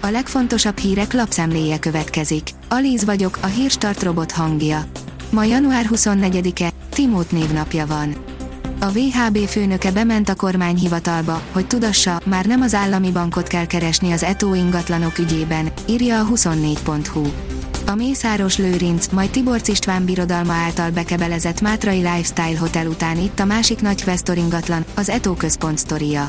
A legfontosabb hírek lapszemléje következik. Alíz vagyok, a Hírstart robot hangja. Ma január 24-e, Timót névnapja van. A VHB főnöke bement a kormányhivatalba, hogy tudassa, már nem az állami bankot kell keresni az Eto ingatlanok ügyében, írja a 24.hu. A Mészáros Lőrinc, majd Tiborcs István birodalma által bekebelezett Mátrai Lifestyle Hotel után itt a másik nagy questor ingatlan, az Eto központ sztoria.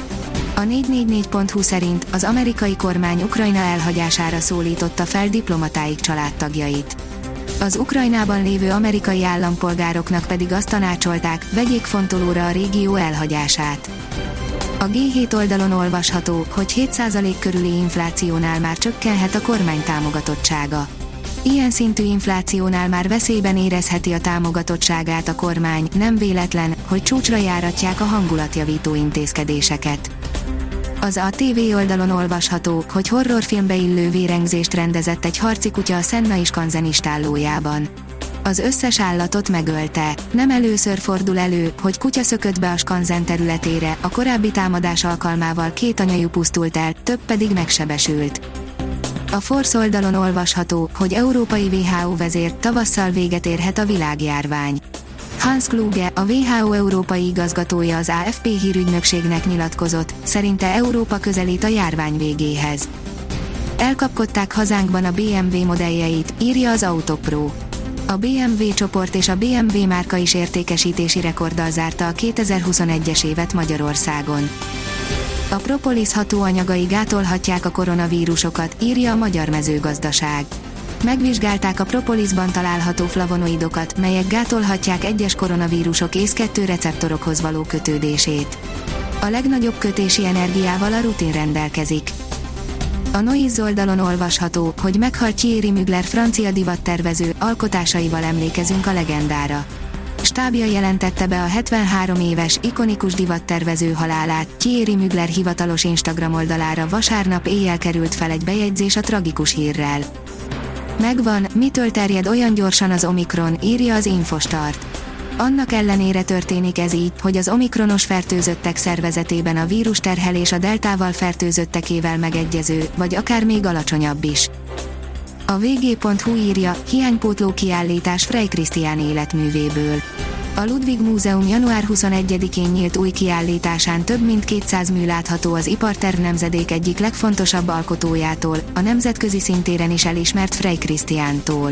A 444.hu szerint az amerikai kormány Ukrajna elhagyására szólította fel diplomatáik családtagjait. Az Ukrajnában lévő amerikai állampolgároknak pedig azt tanácsolták, vegyék fontolóra a régió elhagyását. A G7 oldalon olvasható, hogy 7% körüli inflációnál már csökkenhet a kormány támogatottsága. Ilyen szintű inflációnál már veszélyben érezheti a támogatottságát a kormány, nem véletlen, hogy csúcsra járatják a hangulatjavító intézkedéseket. Az ATV oldalon olvasható, hogy horrorfilmbe illő vérengzést rendezett egy harci kutya a Sennai skanzen istállójában. Az összes állatot megölte. Nem először fordul elő, hogy kutya szökött be a skanzen területére, a korábbi támadás alkalmával 2 anyajú pusztult el, több pedig megsebesült. A Force oldalon olvasható, hogy európai WHO vezér, tavasszal véget érhet a világjárvány. Hans Kluge, a WHO európai igazgatója az AFP hírügynökségnek nyilatkozott, szerinte Európa közelít a járvány végéhez. Elkapkodták hazánkban a BMW modelljeit, írja az Autopro. A BMW csoport és a BMW márka is értékesítési rekorddal zárta a 2021-es évet Magyarországon. A propolis hatóanyagai gátolhatják a koronavírusokat, írja a Magyar Mezőgazdaság. Megvizsgálták a propolisban található flavonoidokat, melyek gátolhatják egyes koronavírusok észkettő receptorokhoz való kötődését. A legnagyobb kötési energiával a rutin rendelkezik. A Noiz oldalon olvasható, hogy meghalt Thierry Mugler francia divattervező, alkotásaival emlékezünk a legendára. Stábja jelentette be a 73 éves, ikonikus divattervező halálát, Thierry Mugler hivatalos Instagram oldalára vasárnap éjjel került fel egy bejegyzés a tragikus hírrel. Megvan, mitől terjed olyan gyorsan az Omikron, írja az Infostart. Annak ellenére történik ez így, hogy az omikronos fertőzöttek szervezetében a vírusterhelés a deltával fertőzöttekével megegyező, vagy akár még alacsonyabb is. A vg.hu írja, hiánypótló kiállítás Frey Krisztián életművéből. A Ludwig Múzeum január 21-én nyílt új kiállításán több mint 200 mű látható az iparterv nemzedék egyik legfontosabb alkotójától, a nemzetközi szintéren is elismert Frey Krisztiántól.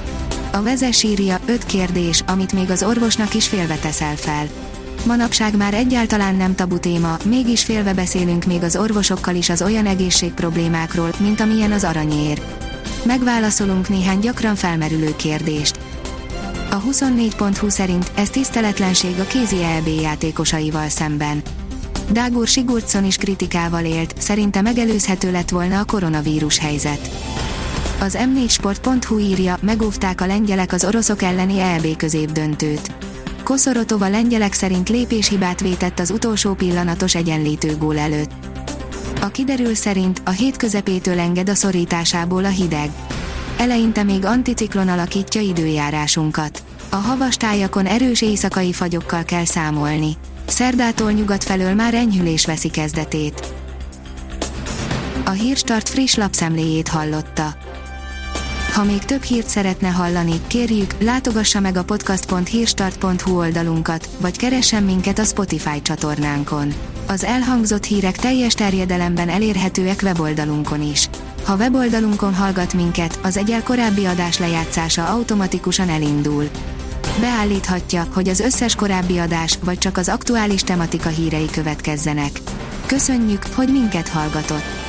A Vezes írja, 5 kérdés, amit még az orvosnak is félve teszel fel. Manapság már egyáltalán nem tabu téma, mégis félve beszélünk még az orvosokkal is az olyan egészségproblémákról, mint amilyen az aranyér. Megválaszolunk néhány gyakran felmerülő kérdést. A 24.hu szerint ez tiszteletlenség a kézi EB játékosaival szemben. Dágur Sigurdsson is kritikával élt, szerinte megelőzhető lett volna a koronavírus helyzet. Az m4sport.hu írja, megóvták a lengyelek az oroszok elleni EB középdöntőt. Koszorotov a lengyelek szerint lépéshibát vétett az utolsó pillanatos egyenlítő gól előtt. A kiderül szerint a hét közepétől enged a szorításából a hideg. Eleinte még anticiklon alakítja időjárásunkat. A havas tájakon erős éjszakai fagyokkal kell számolni. Szerdától nyugat felől már enyhülés veszi kezdetét. A Hírstart friss lapszemléjét hallotta. Ha még több hírt szeretne hallani, kérjük, látogassa meg a podcast.hírstart.hu oldalunkat, vagy keressen minket a Spotify csatornánkon. Az elhangzott hírek teljes terjedelemben elérhetőek weboldalunkon is. Ha weboldalunkon hallgat minket, az egyel korábbi adás lejátszása automatikusan elindul. Beállíthatja, hogy az összes korábbi adás, vagy csak az aktuális tematika hírei következzenek. Köszönjük, hogy minket hallgatott!